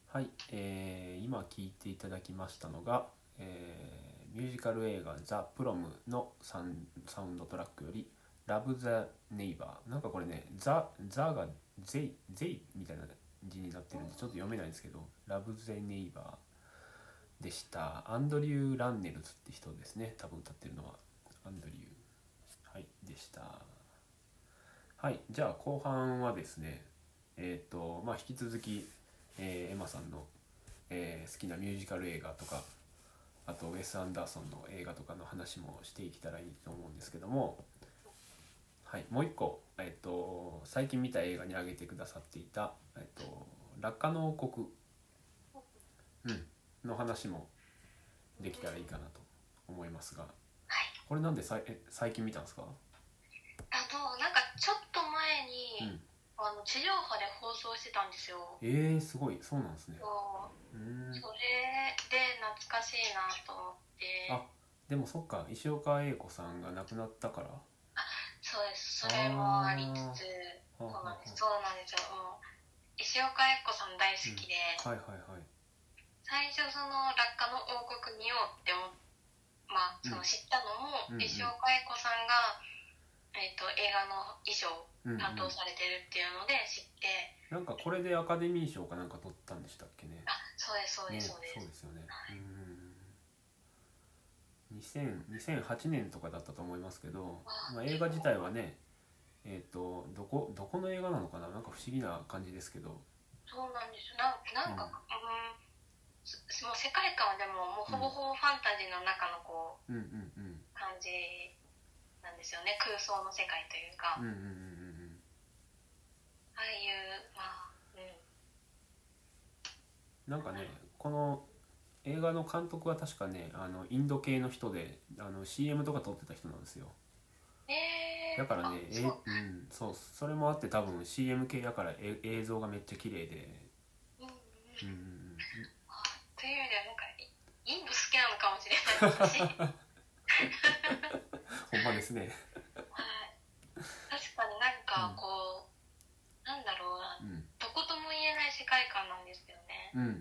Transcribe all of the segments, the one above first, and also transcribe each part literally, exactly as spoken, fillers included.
はい、えー、今聴いていただきましたのが、えーミュージカル映画ザ・プロムのサンサウンドトラックより Love the Neighbor。なんかこれね、ザ、ザがゼイ、ゼイみたいな字になってるんでちょっと読めないんですけど、Love the Neighbor でした。アンドリュー・ランネルズって人ですね。多分歌ってるのはアンドリュー。はい、でした。はい、じゃあ後半はですね、えっ、ー、と、まあ引き続き、えーエマさんの、えー好きなミュージカル映画とか、あとウェス・アンダーソンの映画とかの話もしていけたらいいと思うんですけども、はい、もう一個、えっと、最近見た映画に挙げてくださっていた、えっと、落下の王国、うん、の話もできたらいいかなと思いますが、これなんでさいえ最近見たんですか？ あのなんかちょっと前に、 うん、 あの地上波で放送してたんですよ。 えー、すごい、そうなんですね。 そううーん、 それで懐かしいなと思って。 あ、でもそっか、石岡英子さんが亡くなったから。 あ、そうです。そあれもありつー、 つ、 はははそうなんですそうなんですよ。もう石岡恵子さん大好きで、 うん、はいはいはい。 最初その落下の王国見ようって思っまあ、その知ったのも、 うんうん、 石岡恵子さんが、えー、と映画の衣装をうんうん、 担当されてるっていうので知って、 なんかこれでアカデミー賞かなんか取ったんでしたっけね。 あ、そうですそうでね、 すそうです、 そうですよね。 はい、 うーん、にせん、にせんはちねんとかだったと思いますけど、 あ、 まあ、映画自体はね、えっとどこどこの映画なのかな、なんか不思議な感じですけど、 そうなんですよ。ななんか、うん、すもう世界観はでももうほぼほぼファンタジーの中のこううんうんうん感じなんですよね。空想の世界というか、 うんうんうんうんああいうまあ、うん、 なんかね、この映画の監督は確かね、あのインド系の人で、あの シーエム とか撮ってた人なんですよ。 えー、 だからね、 あ、 え、 そう、 うん、そう、それもあって多分 シーエム 系やからえ映像がめっちゃ綺麗で、 うんうん、 うんうんうん、 あ、という意味ではなんかインド好きなのかもしれないしほんまですね。 はい、確かになんかこう、なんだろうな、 うん、 どことも言えない世界観なんですけどね。 うんうんうん、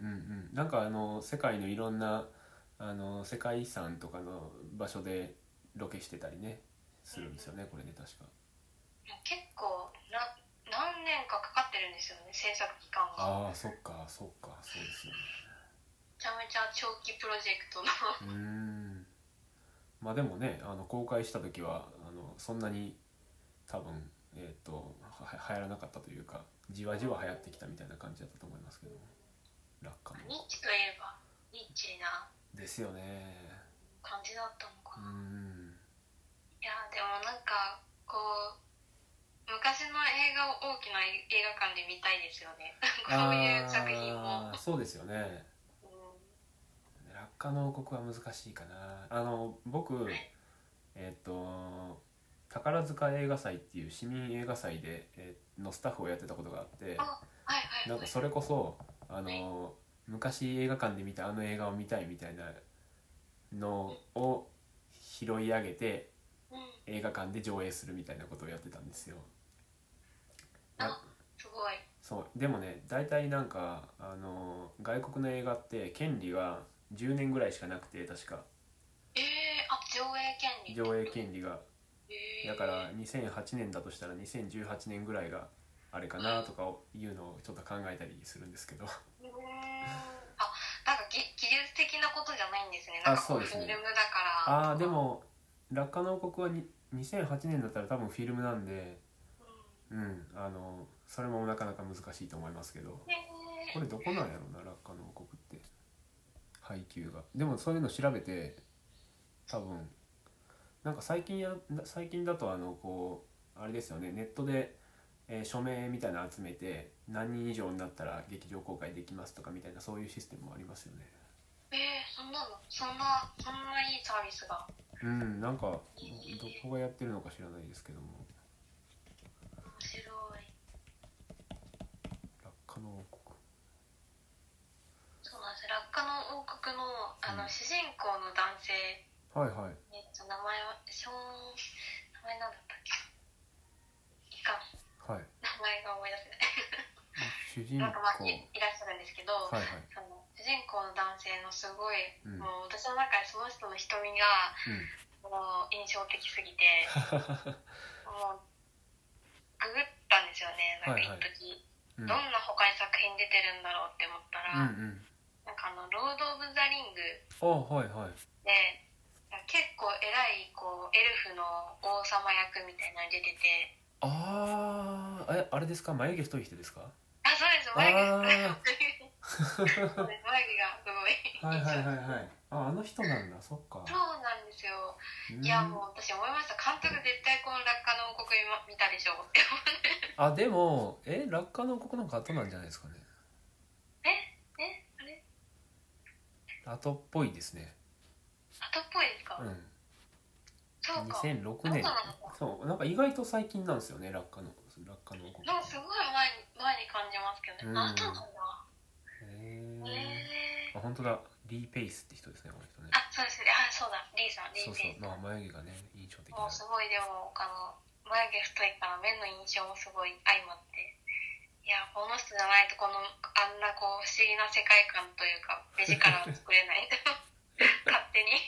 なんかあの世界のいろんなあの世界遺産とかの場所でロケしてたりねするんですよね、これね、確か。 結構な何年かかかってるんですよね、制作期間が。 ああ、そっかそっか、そうですよね。 めちゃめちゃ長期プロジェクトのうーん、まあでもね、あの公開した時はあのそんなに多分えっ、とは流行らなかったというか、じわじわ流行ってきたみたいな感じだったと思いますけど、落下のニッチといえばニッチなですよね。 感じだったのかうーな。 ん、 いやでもなんかこう昔の映画を大きな映画館で見たいですよねこういう作品も、 ああ、そうですよね。 うん、 落下の王国は難しいかな。あの僕、えっ、と宝塚映画祭っていう市民映画祭で、えーのスタッフをやってたことがあって、 あ、はいはいはい、 なんかそれこそあはい、 の昔映画館で見たあの映画を見たいみたいなのを拾い上げてうん、 映画館で上映するみたいなことをやってたんですよ。なあ、すごい、 そうでもね、大体なんかあの外国の映画って権利がじゅうねんぐらいしかなくて、確かえー、あ、上映権利って上映こと、 権利が。 えだからにせんはちねんだとしたらにせんじゅうはちねんぐらいがあれかなとかいうのをちょっと考えたりするんですけど。 ー、うーん、あ、なんかぎ技術的なことじゃないんですね。なんあ、 かこそうですね。 うフィルムだからああ、でとか、 も落下の王国はににせんはちねんだったら多分フィルムなんで、 ううん、あのそれもなかなか難しいと思いますけど、 ん、えこれどこなんやろうな、落下の王国って配給が。でもそういうの調べて、多分なんか最近や最近だとあのこうあれですよね、ネットで、えー署名みたいなの集めて何人以上になったら劇場公開できますとかみたいな、そういうシステムもありますよね。 ー、えー、そんなのそんなそんないいサービスが、 うん、なんかどえー、 こがやってるのか知らないですけども、 面白い。 落下の王国。 そうなんです。落下の王国のあの、 うん、 主人公の男性、 はいはい。 えっと名前はショーン、名前なんだったっけ、いかん、 はい。 名前が思い出せない主人なんかまあ公。 いいらっしゃるんですけど、 はいはい。 その主人公の男性のすごい、 うんもう私の中でその人の瞳がもう印象的すぎてもうググったんですよね。なんか一時、 うん、 どんな他に作品出てるんだろうって思ったら、 うんうん、 なんかあのロード・オブ・ザ・リングあ、はいはい。 で結構偉いこうエルフの王様役みたいなのに出てて、 ああ、え、あれですか、眉毛太い人ですか？ あ、そうです、眉毛あそうです、眉毛がすごいはいはいはいはい。あ、あの人なんだ、そっか。 そうなんですよ。 うん、 いやもう私思いました。監督絶対この落下の王国見たでしょうって思ってあ、でも、え、落下の王国の方が後なんじゃないですかね。 ええあれ後っぽいですね。 後っぽいですか？ うん。 そうか。 にせんろくねん。 後なのか。 そう、なんか意外と最近なんですよね、落下の落下の王国。 なんかすごい前に前に感じますけどね。 うん後なんだ。 へえ。 へえ。 あ、本当だ。リー・ペイスって人ですね、この人ね。 あ、そうですね。あ、そうだ。リーさん、リーそうそう、 ペイさん。 まあ眉毛がね、印象的な。 もうすごいでもあの眉毛太いから目の印象もすごい相まって、いやこの人じゃないとこのあんなこう不思議な世界観というか目力を作れないと勝手に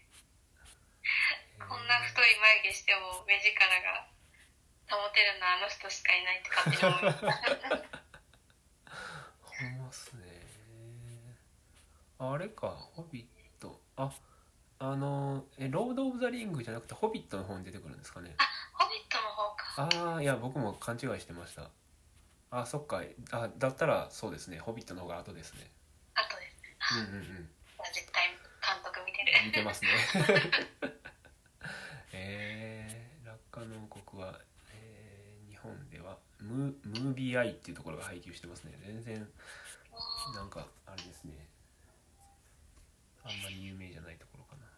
こんな太い眉毛しても目力が保てるのはあの人しかいないって勝手に思いましたほんまっすね。あれか、ホビット。あ、あのえロード・オブ・ザ・リングじゃなくてホビットの方に出てくるんですかね。 あ、ホビットの方か。 ああ、いや僕も勘違いしてました。あ、そっか。あ、だったらそうですね、ホビットの方が後ですね。 あとですね。 うんうんうん。 絶対監督見てる。 見てますねえー、落下の王国は、えー日本ではムムービーアイっていうところが配給してますね。全然なんかあれですね、あんまり有名じゃないところかな。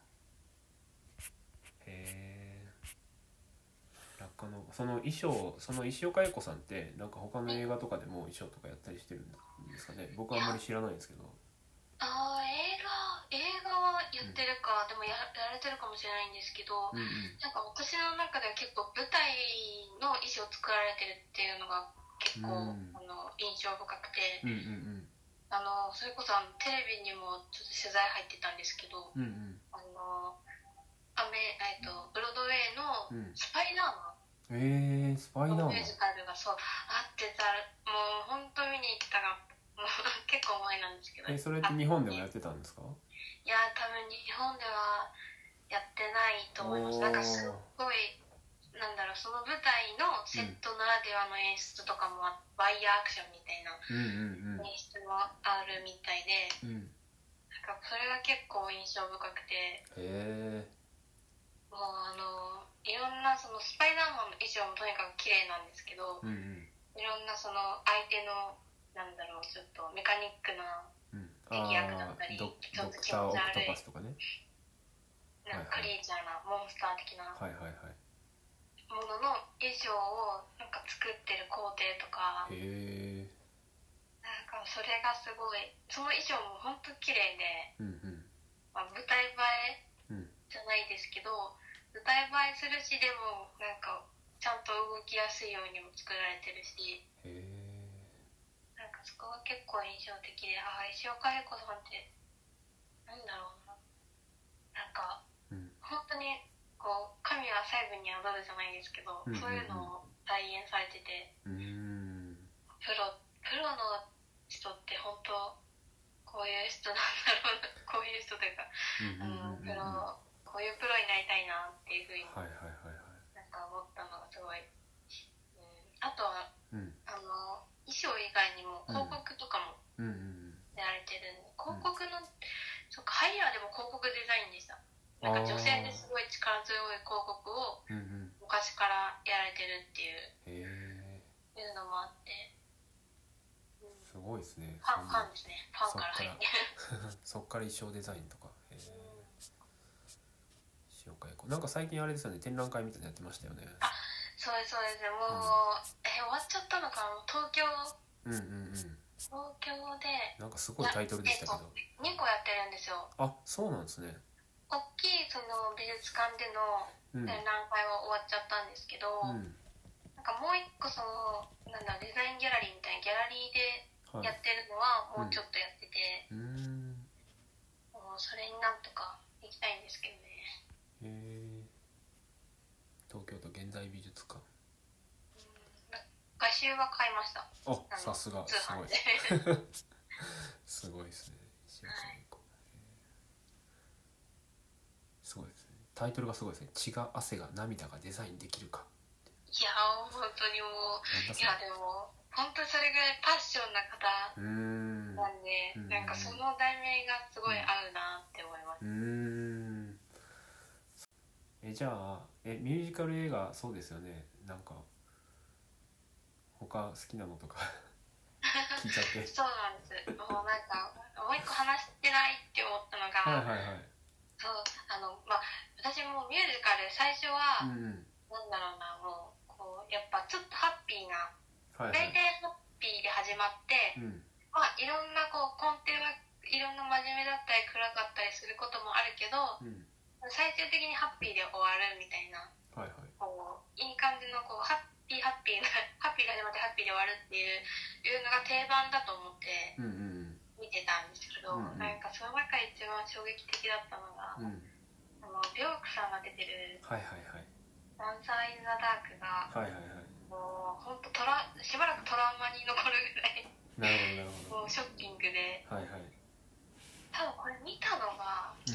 へえ。落下のその衣装、その石岡英子さんってなんか他の映画とかでも衣装とかやったりしてるんですかね。僕はあんまり知らないんですけど。 ああ、映画映画はやってるか、うん、でも や, やれてるかもしれないんですけど、 うんうん、 なんか私の中では結構舞台の衣装を作られてるっていうのが結構、うん、あの印象深くて、 うんうんうん、 あのそれこそあのテレビにもちょっと取材入ってたんですけど、 うんうん、 あのアメ、えっと、ブロードウェイのスパイダーマン、 うん、えー、スパイダーマンミュージカルがそうあってたらもう本当見に行ったらもう結構前なんですけど、 えそれって日本でもやってたんですか？ いや多分日本ではやってないと思います。なんかすっごいなんだろう、その舞台のセットならではの演出とかも、うん、ワイヤーアクションみたいな演出もあるみたいで、うん、なんかそれが結構印象深くて、へー、もうあのいろんなそのスパイダーマンの衣装もとにかく綺麗なんですけど、うんうん、いろんなその相手のなんだろう、ちょっとメカニックな敵役だったり、うん、ちょっと気持ち悪いなんかクリーチャーなモンスター的なものの衣装をなんか作ってる工程とか、へー、なんかそれがすごい、その衣装も本当綺麗で、うんうん、まあ、舞台映えじゃないですけど、舞台映えするし、でもなんかちゃんと動きやすいようにも作られてるし、へー、なんかそこが結構印象的で、ああ石岡英子さんってなんだろうな、なんか、うん、本当にこう神は細部に宿るじゃないですけど、うんうんうん、そういうのを体現されてて、うーん、プロプロの人って本当こういう人なんだろうなこういう人というか、うんうんうんうん、プロこういうプロになりたいなっていうふうに、はいはいはいはい、なんか思ったのがすごい、うん、あとは、うん、あの衣装以外にも広告とかもやられてるんで、うんうんうん、広告の、そっか、ハイヤーでも広告デザインでした。なんか女性ですごい力強い広告を昔からやられてるっていう、うんうん、いうのもあって、うん、すごいですね。ファン、ファンですね。ファンから入ってそっから衣装デザインとか、へー、塩岡英子なんか最近あれですよね、展覧会みたいなのやってましたよね。 あ、そうですそうですね。もう、うん、え終わっちゃったのかな、東京、うんうんうん、東京でなんかすごいタイトルでしたけど、 えっと、にこやってるんですよ。 あ、そうなんですね。 大きいその美術館での展覧会は終わっちゃったんですけど、うん、なんかもう一個そのなんだデザインギャラリーみたいなギャラリーではい、 やってるのはもうちょっとやってて、 うん、 もうそれになんとか行きたいんですけどね。 へえ、東京都現代美術館。 画集は買いました。 あ、さすが、 通すごい販ですごいですね。石垣美子、すごいですね。タイトルがすごいですね。血が汗が涙がデザインできるか。 いや本当にもう、いやでも本当にそれぐらいパッションな方なんで、んなんかその題名がすごい合うなって思います。 うーん、えじゃあえミュージカル映画、そうですよね。なんか他好きなのとか聞いちゃってそうなんです。もうなんかもう一個話してないって思ったのが、 はいはいはい、 そうあのまあ私もミュージカル最初は、 うんうん、 なんだろうな、もうこうやっぱちょっとハッピーな、 はいはい、 大体ハッピーで始まって、うん、まあいろんなこう根底はいろんな真面目だったり暗かったりすることもあるけど、うん、最終的にハッピーで終わるみたいな、はいはい、こういい感じのこうハッピーハッピーなハッピーで始まってハッピーで終わるっていういうのが定番だと思って見てたんですけど、うんうん、なんかその中で一番衝撃的だったのが、うん、あのビョークさんが出てる、はいはいはい、ダンサー・イン・ザ・ダークが、はいはいはい、もう本当トラしばらくトラウマに残るぐらいなるほどなるほど、もうショッキングで、はいはい、多分これ見たのが、うん、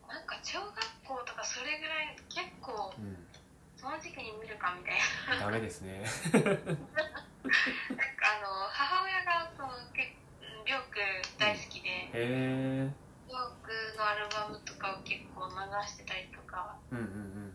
なんか小学校とかそれぐらい結構、うん、その時期に見るかみたいな。 ダメですねなんかあの母親がそのビョーク大好きで、うん、へー、ビョークのアルバムとかを結構流してたりとか、うんうんうん、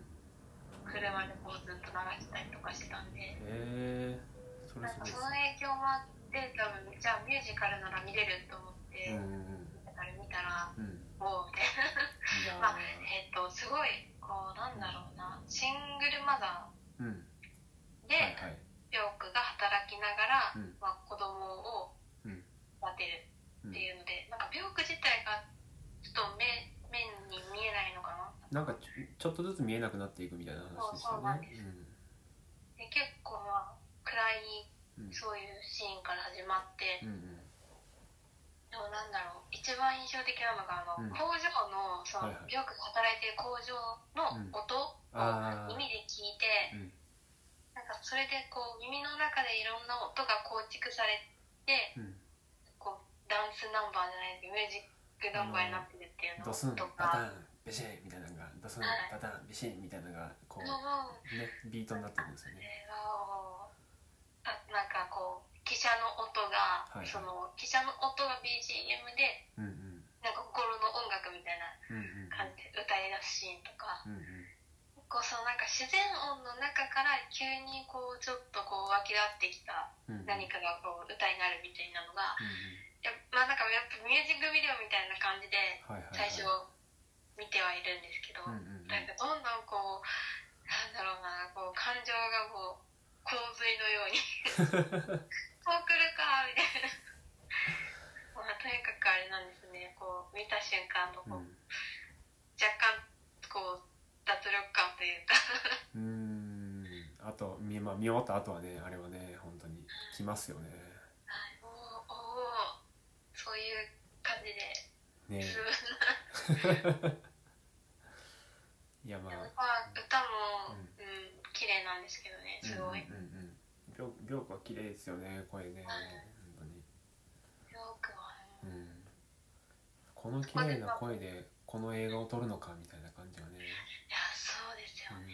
車でこうずっと流してたりとかしてたんで、へー、それすごいですね。なんかその影響もあって多分じゃあミュージカルなら見れると思って、うんうんうん、だから見たら、うん、おーみたいなまあえっ、ー、とすごいこうなんだろうな、シングルマザー、うん、で、はいはい、ビョークが働きながら、うん、まあ、子供を育てるっていうので、うん、なんかビョーク自体がちょっと 目, 目に見えないのかな、 なんかち ょ, ちょっとずつ見えなくなっていくみたいな話でしたね。そうそうなんです、うん、 で結構まあ暗いそういうシーンから始まって、うんうん、でもなんだろう、一番印象的なのがあの、うん、工場のその、はいはい、ビョークが働いてる工場の音を耳で聞いて、うん、なんかそれでこう耳の中でいろんな音が構築されて、うん、こうダンスナンバーじゃないけどミュージックナンバーになってるっていうのとか、ドスンバタンベシェンみたいなのがドスンバタンベシェンみたいなのがこう、ね、ビートになってるんですよね。あ、なんかこう汽車の音が、はいはい、その汽車の音が ビージーエム で、うんうん、なんか心の音楽みたいな感じで歌い出すシーンとか、うんうん、こうそのなんか自然音の中から急にこうちょっとこう湧き立ってきた何かがこう歌になるみたいなのが、うんうん、やまあなんかやっぱミュージックビデオみたいな感じで最初見てはいるんですけど、はいはいはい、なんかどんどんこうなんだろうな、こう感情がもう洪水のようにそう来るかみたいなまあとにかくあれなんですね、こう見た瞬間のこう、うん、若干こう脱力感というかうーん、 あと 見,、まあ、見終わった後はね、あれはね本当にきますよね、 はい、おおそういう感じでねいやまあ、歌も、うんうん、綺麗なんですけどね、すごい、うんうんうんうん、ビョークは綺麗ですよね、声ね、はい、本当にビョークは、うん、 この綺麗な声でこの映画を撮るのかみたいな感じはね、いやそうですよね、うん、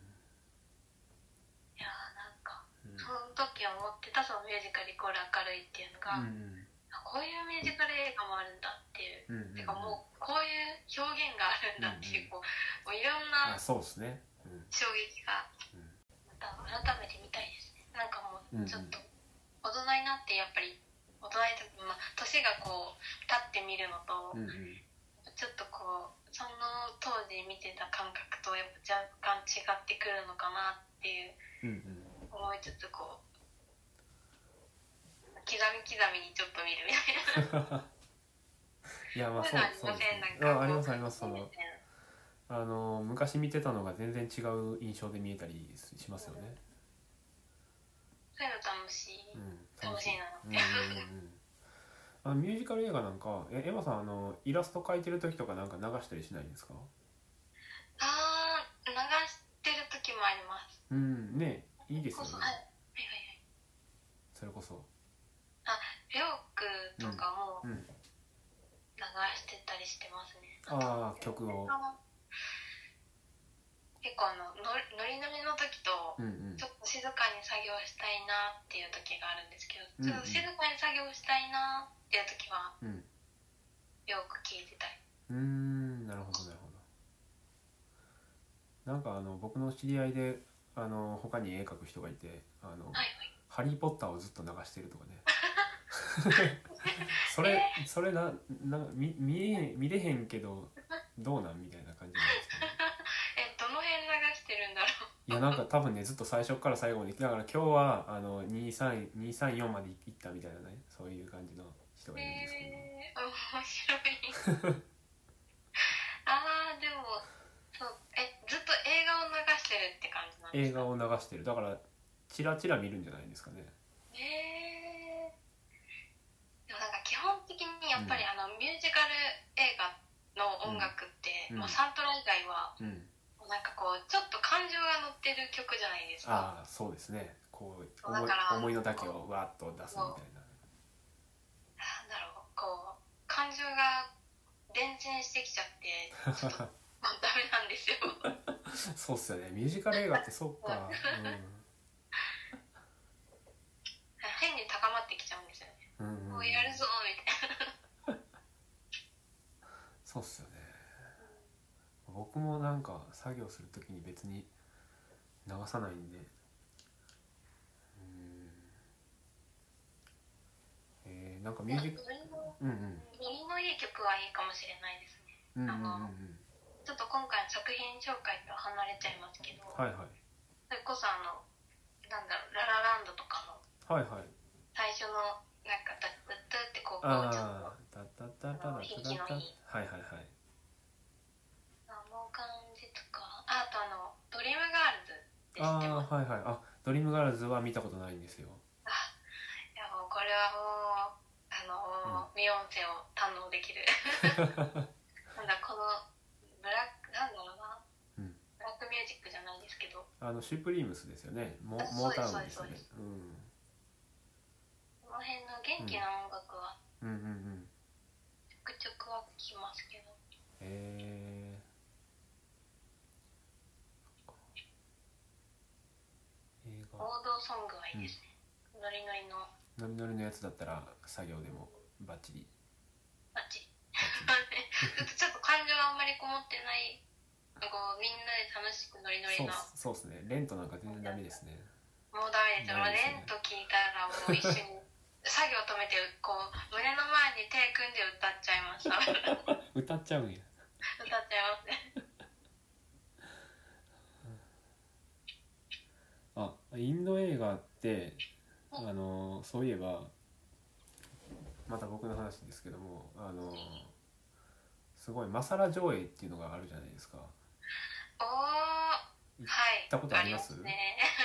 いやなんか、うん、その時思ってたそのミュージカルイコール明るいっていうのが、うんうん、こういうミュージカル映画もあるんだっていう、うんうんうん、てかもうこういう表現があるんだっていう、うんうん、こう、もういろんな衝撃が、うん、また改めて見たいですね。なんかもうちょっと大人になってやっぱり大人になって、まあ、年がこう経ってみるのと、うんうん、ちょっとこうその当時見てた感覚とやっぱ若干違ってくるのかなっていう思いつつこう刻み刻みにちょっと見るみたいないやまあそうそうですね、あありますあります、そのあの昔見てたのが全然違う印象で見えたりしますよね、 うん、そういうの楽しい、 うん、 楽しいな。 うんうんうんあのミュージカル映画なんかえエマさんあのイラスト描いてる時とかなんか流したりしないんですか？ あー、流してる時もあります。 うんねいいですよね。 こそ、はい、はいはいはい。 それこそ。 あ、りょうくとかもうん。 流してたりしてますね。 ああ曲を。 結構あのノリノリノリの時と、 うんうん。 ちょっと静かに作業したいなっていう時があるんですけど、 うんうんちょっと静かに作業したいなっていう時は、 うん。 よく聞いてたり。 うーんなるほどなるほど。なんかあの僕の知り合いであの他に絵描く人がいてあの、 はいはい。 ハリー・ポッターをずっと流してるとかね。それそれなな見見え見れへんけどどうなんみたいな感じなんですけど、ね、 え、どの辺流してるんだろう。 いやなんか多分ねずっと最初から最後にだから今日はあのにさんにさんよんまで行ったみたいなねそういう感じの人がいるんですけど、 えー、面白い。あー、でもそうえずっと映画を流してるって感じなんですか？ 映画を流してるだからチラチラ見るんじゃないですかね。 えー、でもなんか基本的にやっぱり、うん、あのミュージカル映画の音楽って、うん、もうサントラ以外は、うん、なんかこうちょっと感情が乗ってる曲じゃないですか。 ああそうですねこう思い、思いの丈をわーっと出すみたいな。 なんだろうこう感情が伝染してきちゃってちょっとダメなんですよ。 そうっすよねミュージカル映画ってそっか、うん、 変に高まってきちゃうんですよね、うんうん、もうやるぞみたいな。 そうっすよね、うん、僕もなんか作業するときに別に流さないんで、うんえー、なんかミュージックうんうん、耳のいい曲はいいかもしれないですね、うんうんうん、あのちょっと今回の作品紹介と離れちゃいますけど、 はいはい、 それこそあのなんだろうララランドとかのはいはい最初のなんかタッタッタってこうちょっとタッタッタッタッ響きのいいはいはいはいあの感じとかあとあのドリームガールズって知ってます？ あはいはいあドリームガールズは見たことないんですよ。 あいやもうこれはもうあの、うん、ビヨンセを堪能できるなんだこのブラックなんだろうな、うん、ブラックミュージックじゃないですけどあのシュプリームスですよねモータウンですよね。 この辺の元気な音楽は、 うん、うんうんうんちょくちょくは聴きますけどへえー、映画王道ソングはいいですね、うん、ノリノリのノリノリのやつだったら作業でもバッチリバッチリちょっと感情あんまりこもってないこうみんなで楽しくノリノリなそうですねレントなんか全然ダメですね。 もうダメですよ、ね、レント聞いたらもう一緒に作業止めてこう胸の前に手組んで歌っちゃいました歌っちゃうんや歌っちゃいますねあインド映画ってあのそういえばまた僕の話ですけどもあのすごいマサラ上映っていうのがあるじゃないですか。 おーはい行ったことあります？ ありますねあ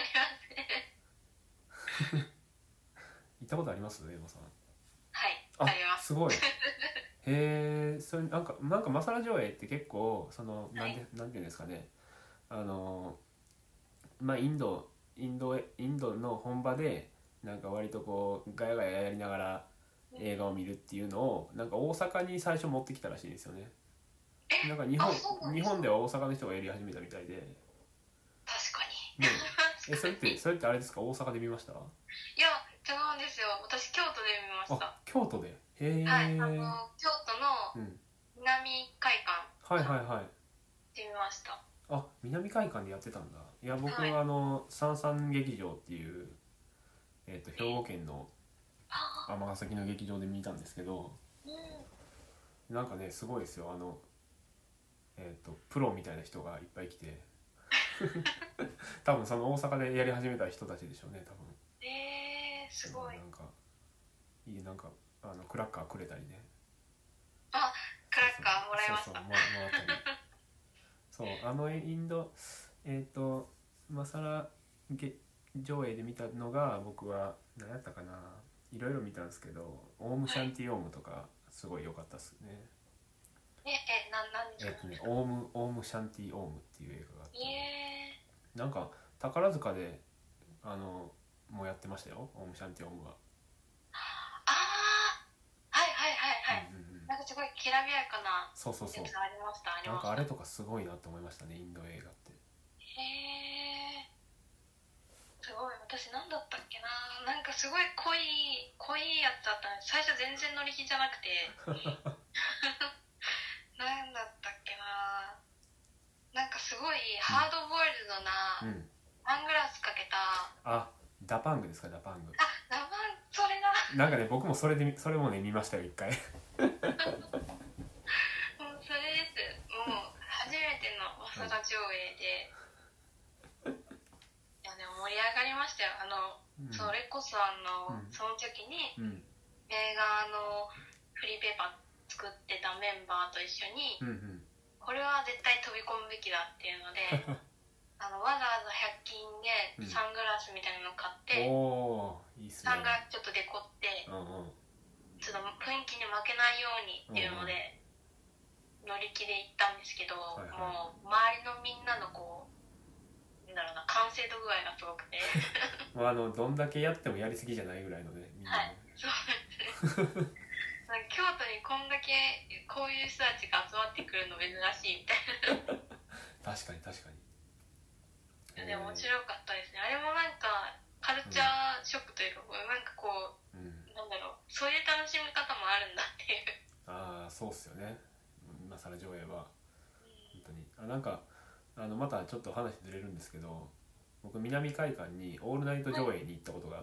りますね行ったことありますエマさん？ はいありますすごいへえそれなんかなんかマサラ上映って結構そのなんて、はい、なんていうんですかねあのまあインドインドインドの本場でなんか割とこうガヤガヤやりながら映画を見るっていうのをなんか大阪に最初持ってきたらしいんですよね。なんか日本日本では大阪の人がやり始めたみたいで。 確かに。 ね、えそれってそれってあれですか大阪で見ました？ いや違うんですよ。私京都で見ました。 あ京都で。へえ。 はいあの京都の南会館。 うん、はいはいはい。 で見ました。 あ南会館でやってたんだ。いや僕は、はい、あの三三劇場っていうえっ、ー、と兵庫県の尼崎の劇場で見たんですけど、うん、なんかねすごいですよあのえっ、ー、とプロみたいな人がいっぱい来て多分その大阪でやり始めた人たちでしょうね多分。 えー、すごい。 なんかいいなんかあのクラッカーくれたりね。 あクラッカーもらいました。 そうそうもらったり。そうあのインドえっ、ー、とマサラ上映で見たのが僕は何やったかないろいろ見たんですけど、オウムシャンティオウムとかすごい良かったっすね。 ええなんなんですえっか。 とねオウムオウムシャンティオウムっていう映画があって、 えー、 なんか宝塚であのもうやってましたよ、オウムシャンティオウムは。 ああはいはいはいはい、 うんうんうん、 なんかすごいきらびやかなそうそうそう、 やつありましたありなんました。 かあれとかすごいなと思いましたね、インド映画って。 へえすごい。私何だったっけな、なんかすごい濃い濃いやつだったんです。最初全然乗り気じゃなくて何だったっけな、なんかすごいハードボイルドな、 うん、うん、 サングラスかけた、 あ、ダパングですか、ダパング。 あ、名前それだ。 なんかね僕もそれでそれもね見ましたよ一回。 もうそれです。もう初めての早稲田上映で、うん、いやでも盛り上がりましたよ。あの、うん、それこそあの、うん、その時に、うん、映画のフリーペーパー作ってたメンバーと一緒に、うんうん、これは絶対飛び込むべきだっていうのであのわざわざひゃく均でサングラスみたいなの買って、うん、 おー、いいっすね、 サングラスちょっとデコって、うんうん、ちょっと雰囲気に負けないようにっていうので、うんうん、乗り気で行ったんですけど、はいはい、もう周りのみんなのこうなんだろうな、完成度具合がすごくてまあ、あのどんだけやってもやりすぎじゃないぐらいのね、みんなね、 はい、そうですね京都にこんだけこういう人たちが集まってくるの珍しいみたいな確かに確かに。 でも面白かったですね。あれもなんかカルチャーショックというか、うん、なんかこう、うん、なんだろう、そういう楽しみ方もあるんだっていう。 ああ、そうっすよね。今更上映は、うん、本当にあ、なんかあのまたちょっと話ずれるんですけど、僕南海館にオールナイト上映に行ったことがあって、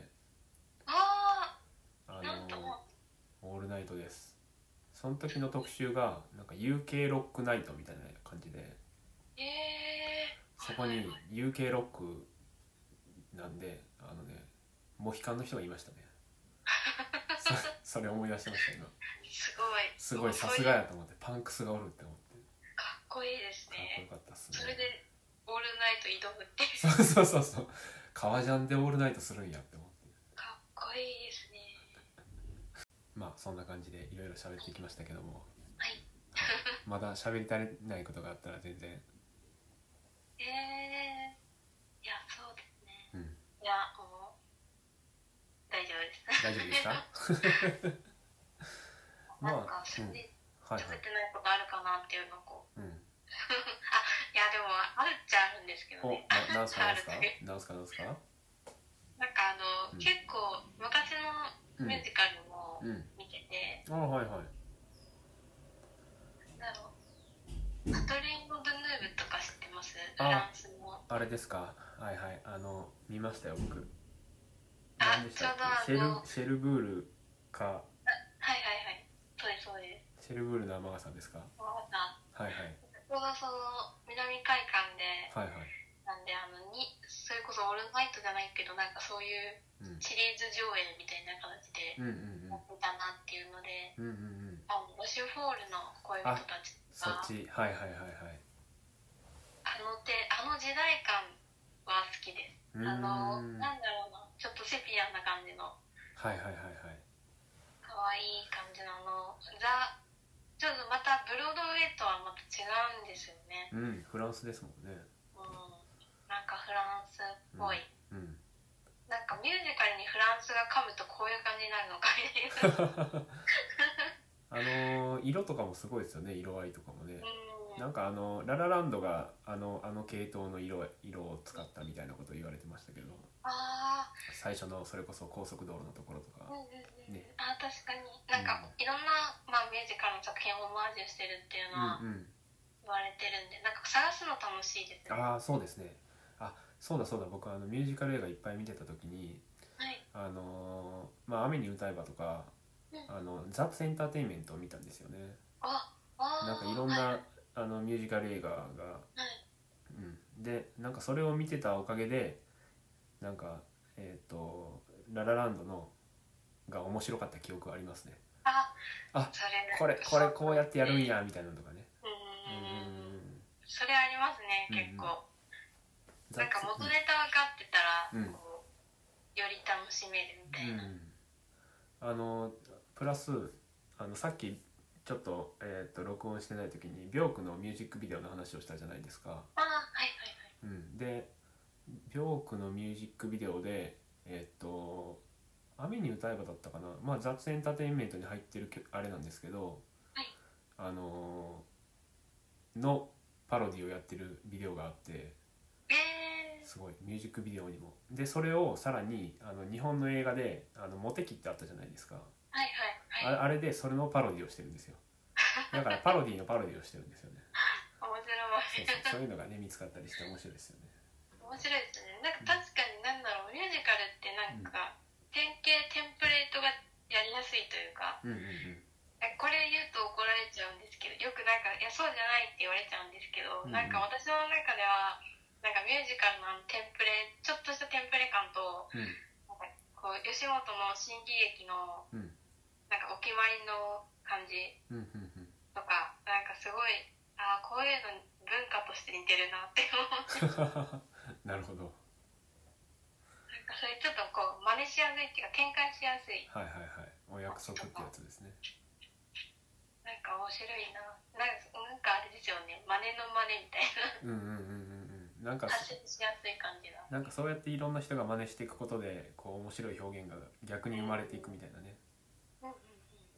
ああのオールナイトです。その時の特集がなんか ユーケー ロックナイトみたいな感じで、 えー、 そこに ユーケー ロックなんで、あのね、モヒカンの人がいましたねそ, それ思い出してました今。 すごいすごい、さすがやと思って、パンクスがおるって思って、 かっこいいですね。 かっこよかったっすね。 それでオールナイト挑むってそうそうそうそう、革ジャンでオールナイトするんやって思って、 かっこいいですねまあそんな感じでいろいろ喋ってきましたけども、 はい、 はい、まだ喋り足りないことがあったら全然。 えー、いやそうですね、うん、いやもう大丈夫です大丈夫ですかなんか喋、うん、ってないことあるかなっていうのをこう、うん、あ、いやでもあるっちゃあるんですけどね。 お、な、なんすかなんすかなんすかなんすか。 なんかあの、うん、結構昔のミュージカルも見てて、 うんうん、あ、はいはい。 なんだろう、パトリンゴ・ドゥヌーブとか知ってます？フランスの。 あれですか。はいはい、あの見ましたよ僕。 あ、ちょうどあのシェルシェルブールか。 はいはいはい、そうですそうです。 シェルブールの天賀さんですか。はいはい。 ちょうどその南海館で、はいはい、なんであのにそれこそオールナイトじゃないけど、なんかそういうシリーズ上映みたいな形でやってたなっていうので、うんうんうん、あのロシュフォールの恋人たちとか、そっち、はいはいはいはい、あのてあの時代感は好きです。あのなんだろうな、ちょっとセピアな感じの、はいはいはいはい、可愛い感じのあのザ、ちょっとまたブロードウェイとはまた違うんですよね。 うん、フランスですもんね。 うん、なんかフランスっぽい、うんうん、なんかミュージカルにフランスが噛むとこういう感じになるのかみたいなあの色とかもすごいですよね、色合いとかもね、うん、なんかあのララランドがあのあの系統の 色, 色を使ったみたいなことを言われてましたけど、あ、最初のそれこそ高速道路のところとか、うんうんうん、ね、 あ、確かになんかいろんな、まあ、ミュージカルの作品をオマージュしてるっていうのは言われてるんで、なんか探すの楽しいですね。 ああ、そうですね。あ、そうだそうだ、僕あのミュージカル映画いっぱい見てた時に、はい、あのー、まあ雨に歌えばとか、うん、あのザ・エンターテインメントを見たんですよね。ああ、なんかいろんな、はい、あのミュージカル映画が、はい、うん、でなんかそれを見てたおかげで、なんかえっ、ー、とララランドのが面白かった記憶がありますね。あ、あ、これこれこうやってやるんやみたいなのとかね。うん、 それありますね、結構。うん、なんか元ネタ分かってたら、うん、こうより楽しめるみたいな。うん、 あのプラスあのさっきちょっと,、えー、と録音してない時にビョークのミュージックビデオの話をしたじゃないですか。 ああ、はいはいはい。 うん、でビョークのミュージックビデオでえっ、と雨に歌えばだったかな、まあ、雑エンターテインメントに入ってるあれなんですけど、 はい、 あののパロディをやってるビデオがあって、 えー、 すごいミュージックビデオにもでそれをさらにあの日本の映画であのモテキってあったじゃないですか。 はいはいはい。 あれでそれのパロディをしてるんですよ。だからパロディのパロディをしてるんですよね。 面白い。 そうそう、そういうのがね見つかったりして面白いですよね。 面白いですね。なんか確かになんだろう、ミュージカルってなんか、典型テンプレートがやりやすいというか、 うんうんうんこれ言うと怒られちゃうんですけど、よくなんか「いやそうじゃない」って言われちゃうんですけど、 うんうんなんか私の中ではなんかミュージカルのあのテンプレちょっとしたテンプレ感と、 うんなんかこう吉本の新喜劇のうんなんかお決まりの感じうんうんうんとか、なんかすごい、ああこういうの文化として似てるなって思ってなるほど。 なんかそれちょっとこう真似しやすいっていうか展開しやすい、 はいはいはい、お約束ってやつですね。 なんか面白いな。なんかなんかあれですよね、真似の真似みたいうんうんうんうんうん、なんかな発信しやすい感じが。 なんかそうやっていろんな人が真似していくことでこう面白い表現が逆に生まれていくみたいなね、 うんうんうん、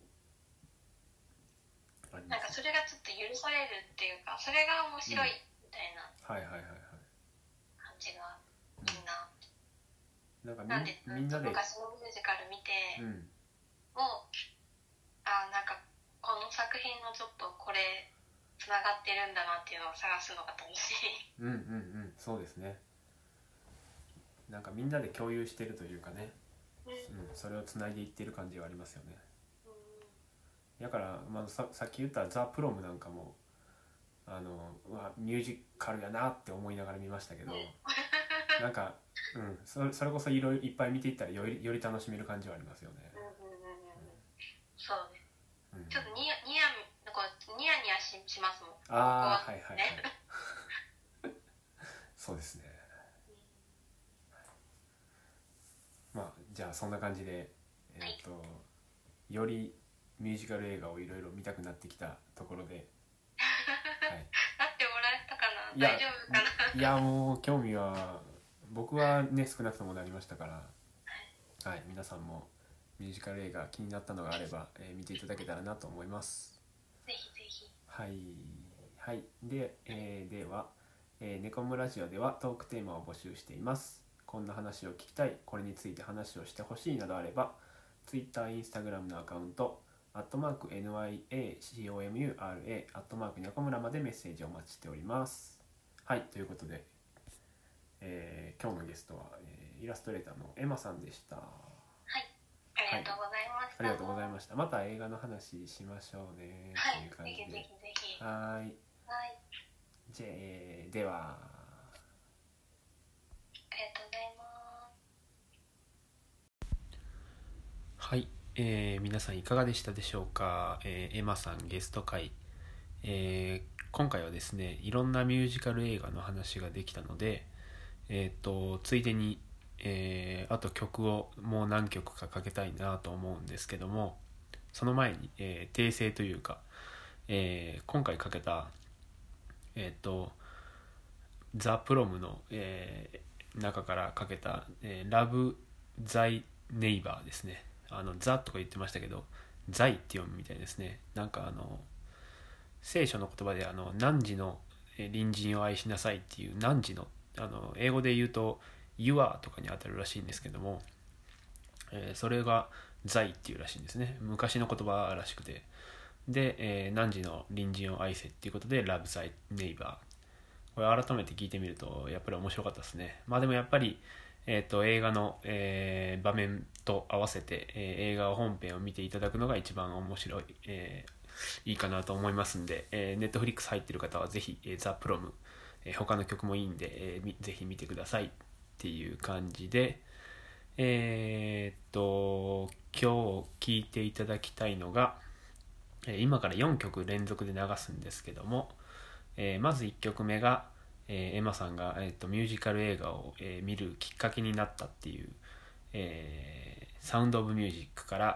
あります。 なんかそれがちょっと許されるっていうか、それが面白いみたいなはいはいはいはい。 感じがいいな。 なんかみなんでみんなで、 昔のミュージカル見て、 うん、 もうあなんかこの作品のちょっとこれつながってるんだなっていうのを探すのが楽しい。 うんうんうんそうですね。なんかみんなで共有してるというかね、 うん、 うん、それをつないでいってる感じはありますよね。 うん、 だから、まあ、さ, さっき言ったザ・プロムなんかもあのうわミュージカルやなって思いながら見ましたけど、なんか、うん、そ, それこそいろいろいっぱい見ていったらよりより楽しめる感じはありますよね。 うんうんうんうん、そうね、 うん、 ちょっとニヤニヤなんかニヤニヤ し, しますもん。 ああはいはいはいそうですね。まあじゃあそんな感じで、えーと、よりミュージカル映画をいろいろ見たくなってきたところで、はい、 なってもらえたかな、 いや大丈夫かな。 いやもう興味は僕はね少なくともなりましたから、はい、皆さんもミュージカル映画気になったのがあれば、えー見ていただけたらなと思います。 ぜひぜひ。 はいはいで、えーでは、えー、ネコムラジオではトークテーマを募集しています。こんな話を聞きたい、これについて話をしてほしいなどあれば Twitter、Instagram のアカウントアットマーク ニャコムラ アットマークニャコムラまでメッセージをお待ちしております。はいということで、えー、今日のゲストは、えー、イラストレーターのエマさんでした。 はい、ありがとうございました。 ありがとうございました。また映画の話しましょうね、 はい、 という感じで。 ぜひぜひぜひ。 はい。 はい。 じゃあ、えーでは。 ありがとうございます。 はい、えー、皆さんいかがでしたでしょうか。えー、エマさんゲスト会、えー、今回はですねいろんなミュージカル映画の話ができたので、えー、とついでに、えー、あと曲をもう何曲かかけたいなと思うんですけども、その前に、えー、訂正というか、えー、今回かけたえっ、とザ・プロムの、えー、中からかけた、えー、ラブ・ザイ・ネイバーですね。あのザとか言ってましたけどザイって読むみたいですね。なんかあの聖書の言葉であの汝の隣人を愛しなさいっていう汝のあの英語で言うと You are とかに当たるらしいんですけども、えー、それがザイっていうらしいんですね。昔の言葉らしくて、で、えー、汝の隣人を愛せっていうことでラブ・ザイ・ネイバー、これ改めて聞いてみるとやっぱり面白かったですね。まあでもやっぱり、えー、と映画の、えー、場面と合わせて、えー、映画本編を見ていただくのが一番面白い、えー、いいかなと思いますんで、えー、Netflix 入ってる方はぜひ、えー、ザ・プロム、えー、他の曲もいいんで、えー、ぜひ見てくださいっていう感じで、えー、っと今日聴いていただきたいのが、えー、今からよんきょく連続で流すんですけども、えー、まずいっきょくめが、えー、エマさんが、えー、とミュージカル映画を、えー、見るきっかけになったっていう、えー、サウンドオブミュージックから、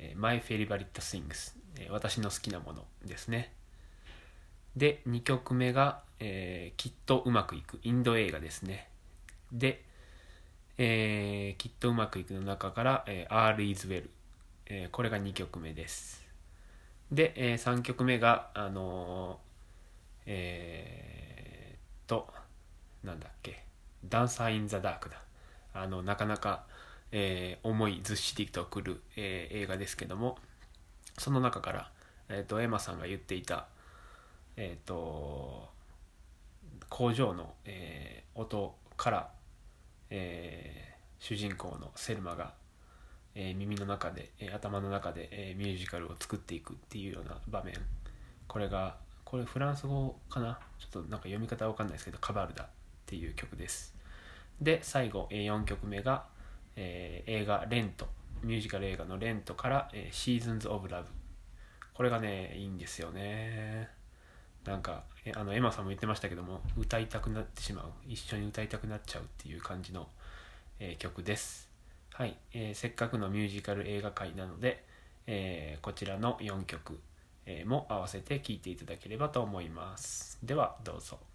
えー、My Favorite Things、えー、私の好きなものですね。でにきょくめが、えー、きっとうまくいく、インド映画ですね。で、えー、きっとうまくいくの中から、えー、All is Well、えー、これがにきょくめです。で、えー、さんきょくめがあのー、えー、っとなんだっけ、ダンサー・イン・ザ・ダークだ。あのなかなか、えー、重いずっしりとくる、えー、映画ですけども、その中から、えー、とエマさんが言っていた、えー、と工場の、えー、音から、えー、主人公のセルマが、えー、耳の中で、えー、頭の中で、えー、ミュージカルを作っていくっていうような場面、これがこれフランス語かな、ちょっとなんか読み方わかんないですけど、カバルダっていう曲です。で最後、えー、よんきょくめが、えー、映画レント、ミュージカル映画のレントから、えー、Seasons of Love、これがねいいんですよね。なんかあのエマさんも言ってましたけども、歌いたくなってしまう、一緒に歌いたくなっちゃうっていう感じの、えー、曲です。はい、えー、せっかくのミュージカル映画会なので、えー、こちらのよんきょく、えー、も合わせて聴いていただければと思います。ではどうぞ。